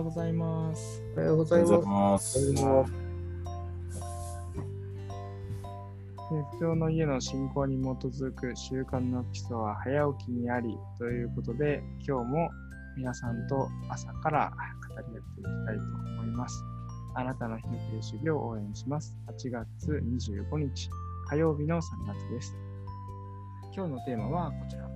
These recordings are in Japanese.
ございます。 おはようございます。 鉄道の家の信仰に基づく習慣の基礎は早起きにありということで、今日も皆さんと朝から語り合っていきたいと思います。あなたの日の定主義を応援します。8月25日火曜日の3月です。今日のテーマはこちら。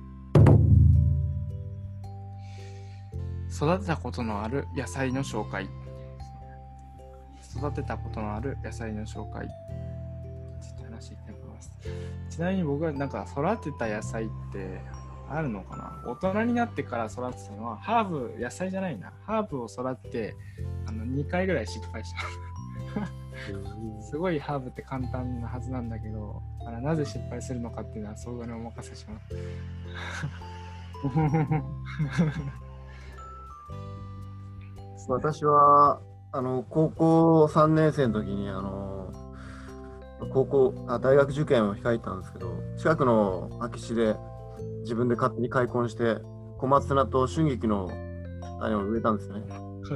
育てたことのある野菜の紹介。育てたことのある野菜の紹介。ちょっと話していきたいと思います。ちなみに僕はなんか育てた野菜ってあるのかな。大人になってから育てたのはハーブ、野菜じゃないな。ハーブを育てて2回ぐらい失敗した。すごいハーブって簡単なはずなんだけど、なぜ失敗するのかっていうのは想像にお任せします。 私は高校3年生の時に大学受験を控えたんですけど、近くの空き地で自分で勝手に開墾して小松菜と春菊の種を植えたんですよね。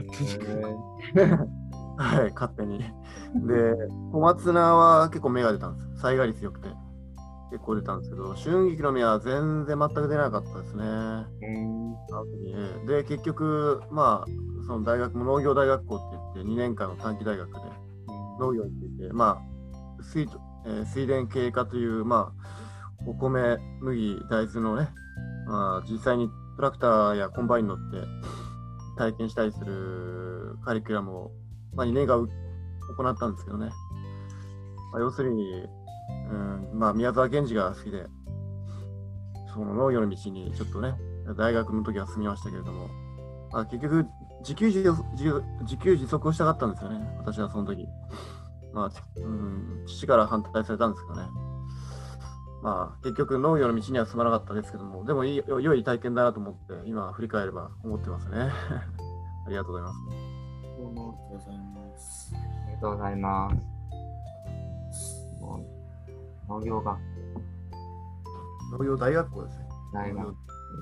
はい、勝手に。で、小松菜は結構芽が出たんですよ。栽培率良くて結構出たんですけど、春菊の芽は全然全く出なかったですね。で、結局その大学も農業大学校って言って2年間の短期大学で農業について、水田経営科という、お米、麦、大豆のね、実際にトラクターやコンバインに乗って体験したりするカリキュラムを、2年間行ったんですけどね。要するに、宮沢賢治が好きで、その農業の道にちょっとね、大学の時は進みましたけれども、結局自給自足をしたかったんですよね、私はその時。父から反対されたんですけどね。結局農業の道には進まなかったですけども、でも良い体験だなと思って、今振り返れば思ってますね。ありがとうございます。 どうもありがとうございます。ありがとうございます。農業学校。 農業大学校ですね。 大学。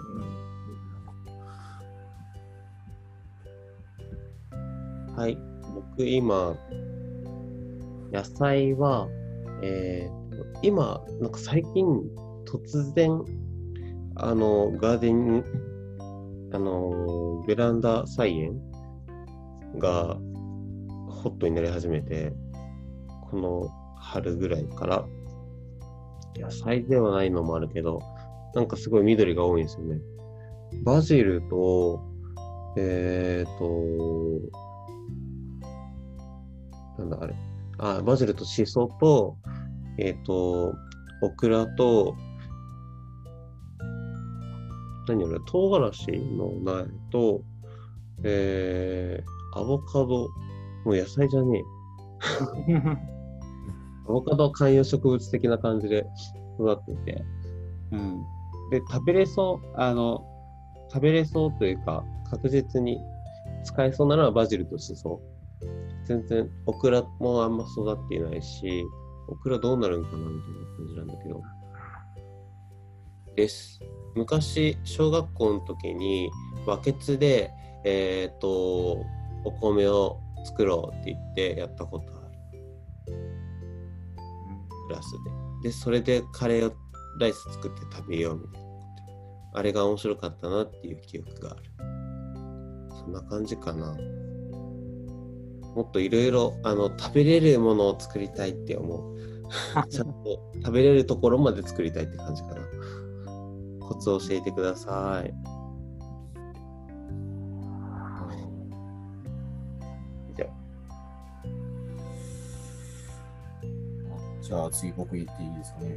はい、僕今野菜は、今なんか最近突然ガーデンベランダ菜園がホットになり始めて、この春ぐらいから野菜ではないのもあるけど、なんかすごい緑が多いんですよね。バジルとバジルとシソとオクラと唐辛子の苗とアボカド、もう野菜じゃねえアボカドは観葉植物的な感じで育ってて、で食べれそうというか確実に使えそうなのはバジルとシソ。全然オクラもあんま育っていないし、オクラどうなるんかなみたいな感じなんだけどです。昔小学校の時にバケツでお米を作ろうって言ってやったことある。クラスでそれでカレーライス作って食べようみたいなこと、あれが面白かったなっていう記憶がある。そんな感じかな。もっといろいろ食べれるものを作りたいって思う。ちゃんと食べれるところまで作りたいって感じかな。コツを教えてください。 じゃあ次僕言っていいですかね。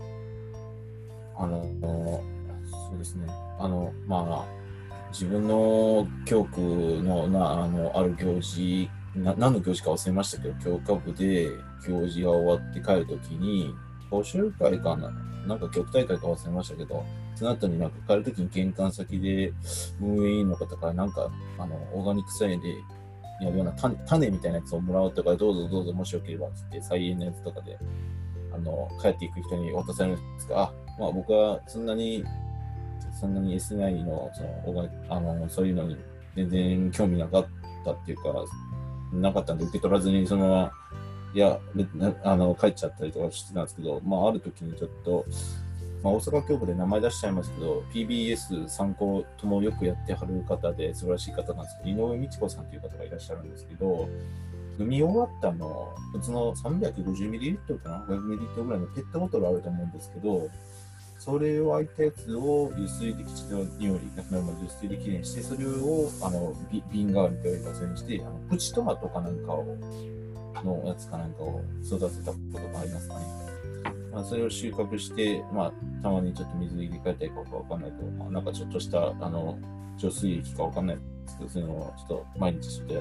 そうですね。自分の教区のある行事、何の行事か忘れましたけど、教科部で行事が終わって帰るときに、講習会かな、なんか教区大会か忘れましたけど、その後に帰るときに玄関先で運営員の方からオーガニック菜園でやるような種みたいなやつをもらうとか、どうぞもしよければって言って、菜園のやつとかで帰っていく人に渡されるんですが、僕はそんなに SNI のそういうのに全然興味なかったっていうか、なかったんで受け取らずにそのまま、いや、帰っちゃったりとかしてたんですけど、ある時にちょっと、大阪教区で名前出しちゃいますけど、PBS 参考ともよくやってはる方で素晴らしい方なんですけど、井上美智子さんという方がいらっしゃるんですけど、飲み終わった普通の 350ml かな 500ml ぐらいのペットボトルあると思うんですけど、それを空いたやつを油水できちんと匂いなくなるまで油水できれいにして、それを瓶代わりというかそれにして、プチトマトかなんかのやつかなんかを育てたことがありますかね。それを収穫して、たまにちょっと水入れ替えたいかわかんないと、なんかちょっとした浄水液かわかんないですけど、そういうのをちょっと毎日ちょっとやって、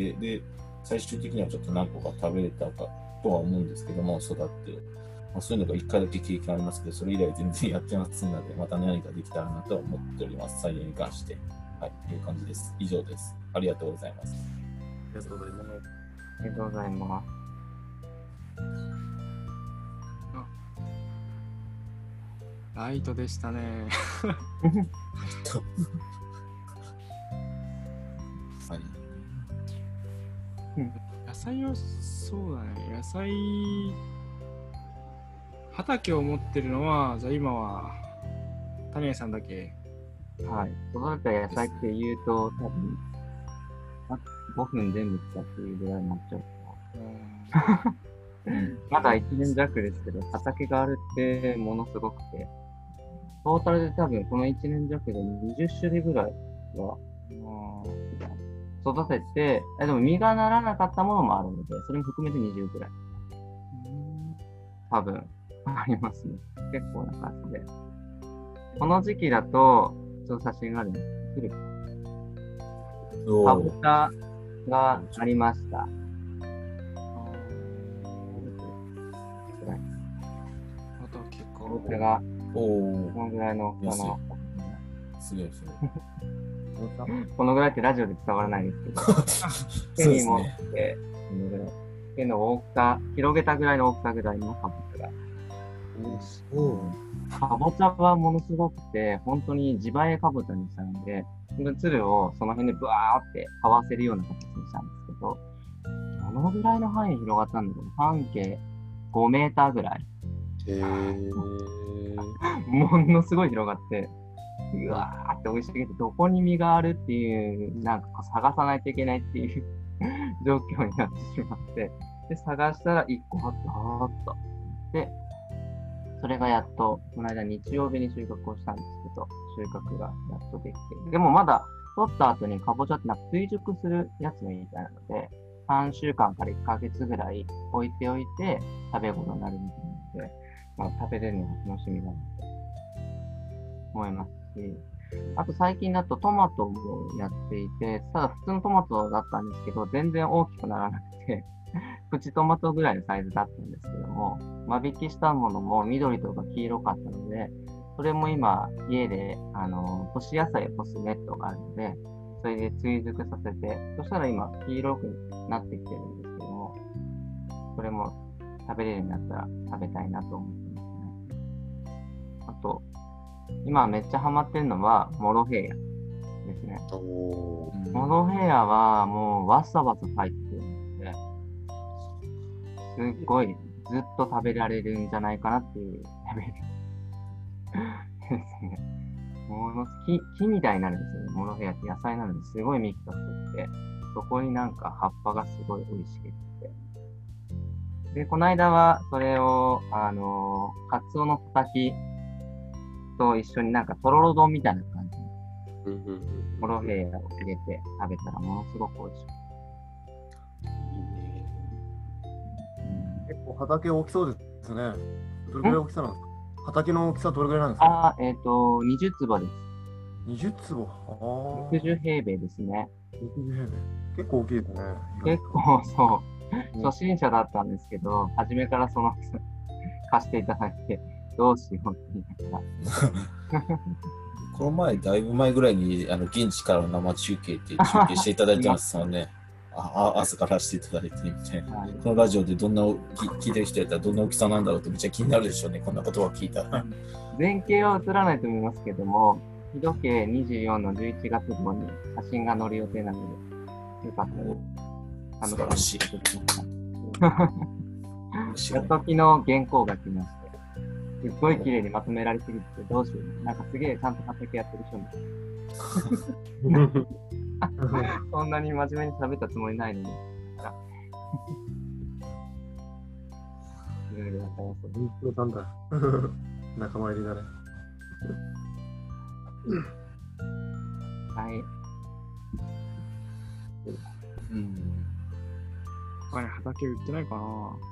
で、最終的にはちょっと何個か食べれたかとは思うんですけども、育って、そういうのが1回だけ経験ありますけど、それ以来全然やってますので、また何かできたらなと思っております。菜園に関して。はい、という感じです。以上です。ありがとうございます。 ありがとうございます。 ありがとうございます。 ライトでしたね。 はい。 野菜を、そうだね、野菜畑を持ってるのは、じゃあ今は谷江さんだけ。 はい。育てた野菜って言うと、多分、5分全部使っていうぐらいになっちゃう。まだ1年弱ですけど、畑があるってものすごくて、トータルで多分この1年弱で20種類ぐらいは、育てて、でも実がならなかったものもあるので、それも含めて20ぐらい。多分、ありますね。結構な数で。この時期だと、ちょっと写真があるんですけど、かぼちゃがありました。かぼちゃが、このぐらいの、 すごいすごい。 このぐらいってラジオで伝わらないですけど、手に持って、このぐらい。手の大きさ、広げたぐらいの大きさぐらいのかぼちゃが。かぼちゃはものすごくて、本当に自前かぼちゃにしたので、鶴をその辺でブワーって這わせるような形にしたんですけど、どのぐらいの範囲広がったんだろう。半径5メーターぐらい。ものすごい広がって、うわーって生い茂って、どこに実があるっていう、なんか探さないといけないっていう状況になってしまって、で、探したら1個あった、で、それがやっと、この間日曜日に収穫をしたんですけど、収穫がやっとできて、でもまだ取った後にかぼちゃってなんか追熟するやつみたいなので、3週間から1ヶ月ぐらい置いておいて食べ頃になるみたいなので、食べれるのが楽しみだなと思いますし、あと最近だとトマトもやっていて、ただ普通のトマトだったんですけど、全然大きくならなくて、プチトマトぐらいのサイズだったんですけども、間引きしたものも緑とか黄色かったので、それも今家で干し野菜を干すネットがあるので、それで追熟させて、そしたら今黄色くなってきてるんですけども、それも食べれるようになったら食べたいなと思ってますね。あと、今めっちゃハマってるのはモロヘイヤですね。モロヘイヤはもうわさわさ入ってるので、すっごいずっと食べられるんじゃないかなっていうレベルですね。木みたいになるんですよね。モロヘイヤって野菜なのですごい幹が太って、そこになんか葉っぱがすごい生い茂って。で、この間はそれを、カツオのたたきと一緒になんかとろろ丼みたいな感じに、モロヘイヤを入れて食べたらものすごく美味しい。 結構畑大きそうですね。どれぐらい大きさなんですか？畑の大きさどれぐらいなんですか ？20坪です。 20坪 60平米ですね。 60平米。結構大きいですね。 結構そう。初心者だったんですけど、初めからその貸していただいて、どうしようって言いながら。 この前、だいぶ前ぐらいに現地からの生中継って中継していただいてますもんね。朝からしていただいてみたいな、はい、このラジオでどんな聞いてる人やったらどんな大きさなんだろうってめっちゃ気になるでしょうね、こんな言葉聞いたら。 前景は映らないと思いますけども、 日時計24の11月号に写真が載る予定なので、よかったら、 素晴らしい。 やっと昨日原稿が来まして、すっごい綺麗にまとめられてるってどうしよう。なんかすげえちゃんと畑やってる人みたい。そんなに真面目に喋ったつもりないのに。いろいろやってます。 本当なんだ。仲間入りだね。 はい。 畑売ってないかな。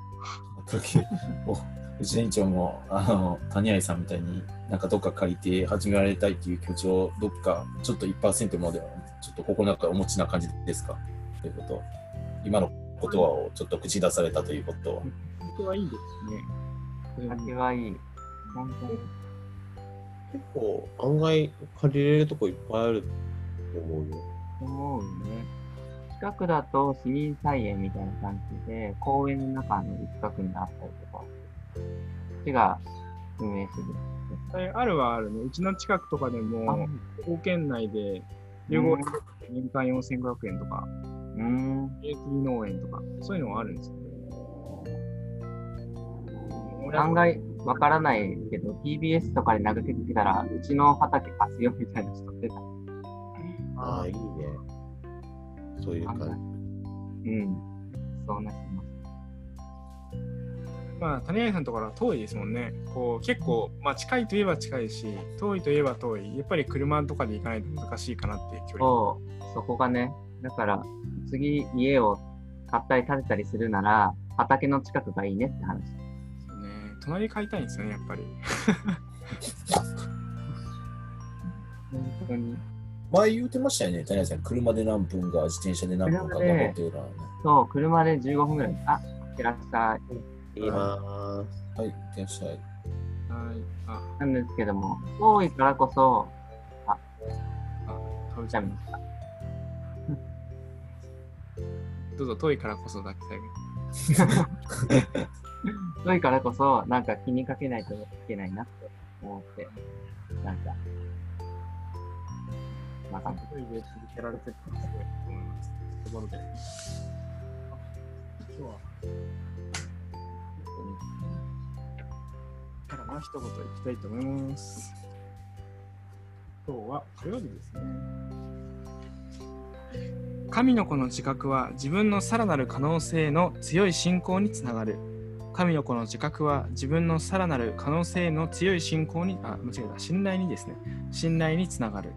うちの院長も谷合さんみたいになんかどっか借りて始められたいっていう気持ちをどっかちょっと 1% まではちょっと心の中お持ちな感じですかということ。今の言葉をちょっと口出されたということは。 畑はいいですね。 畑はいい。本当に。 結構案外借りれるとこいっぱいあると思うよ。 思うね。近くだと市民菜園みたいな感じで、公園の中の一角にあったりとか、こっちが運営する。 あるはあるね。うちの近くとかでも、高県内で、15年間4500円とか、有機農園とか、そういうのはあるんですよね。 案外わからないけど、TBS とかで投げてきたら、うちの畑貸すよみたいな人出た。 ああ、いいね。そういう感じ。 そうな気ます。 まあ、谷合さんとから遠いですもんね。こう結構、まあ、近いといえば近いし、遠いといえば遠い。やっぱり車とかで行かないと難しいかなっていう距離。 そこがね。だから、次家を買ったり建てたりするなら、畑の近くがいいねって話。 隣買いたいんですよね、やっぱり。 本当に。 前言ってましたよね、谷合さん。車で何分か、自転車で何分か頑張ってるからね。 そう、車で15分ぐらい。あ、いってらっしゃい。 いいなぁ。 はい、いってらっしゃい。 なんですけども、遠いからこそ、 食べちゃいました。どうぞ、遠いからこそだけ最後に。 遠いからこそ、なんか気にかけないといけないなって思って、なんか、まあ、 一人で続けられてるかなと思います。ところで、今日は、ただまあ一言いきたいと思います。今日は火曜日ですね。神の子の自覚は自分のさらなる可能性の強い信仰につながる。神の子の自覚は自分のさらなる可能性の強い信仰に、信頼にですね。信頼につながる。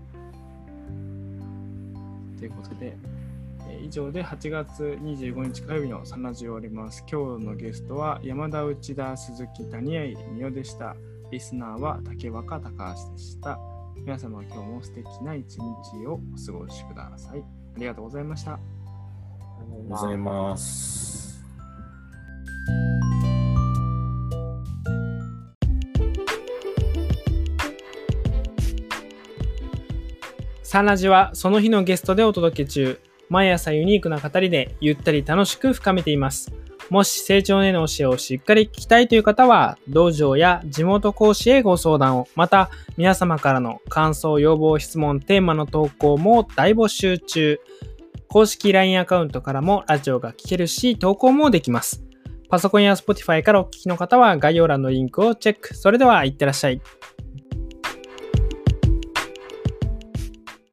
ということで、以上で8月25日火曜日のサンラジオを終わります。今日のゲストは山田、内田、鈴木、谷合、美代でした。リスナーは竹若、高橋でした。皆様今日も素敵な一日をお過ごしください。ありがとうございました。 ありがとうございます。 サンラジはその日のゲストでお届け中。毎朝ユニークな語りでゆったり楽しく深めています。もし成長への教えをしっかり聞きたいという方は、道場や地元講師へご相談を、また皆様からの感想、要望、質問、テーマの投稿も大募集中。公式 LINE アカウントからもラジオが聞けるし、投稿もできます。パソコンや Spotify からお聞きの方は概要欄のリンクをチェック。それではいってらっしゃい。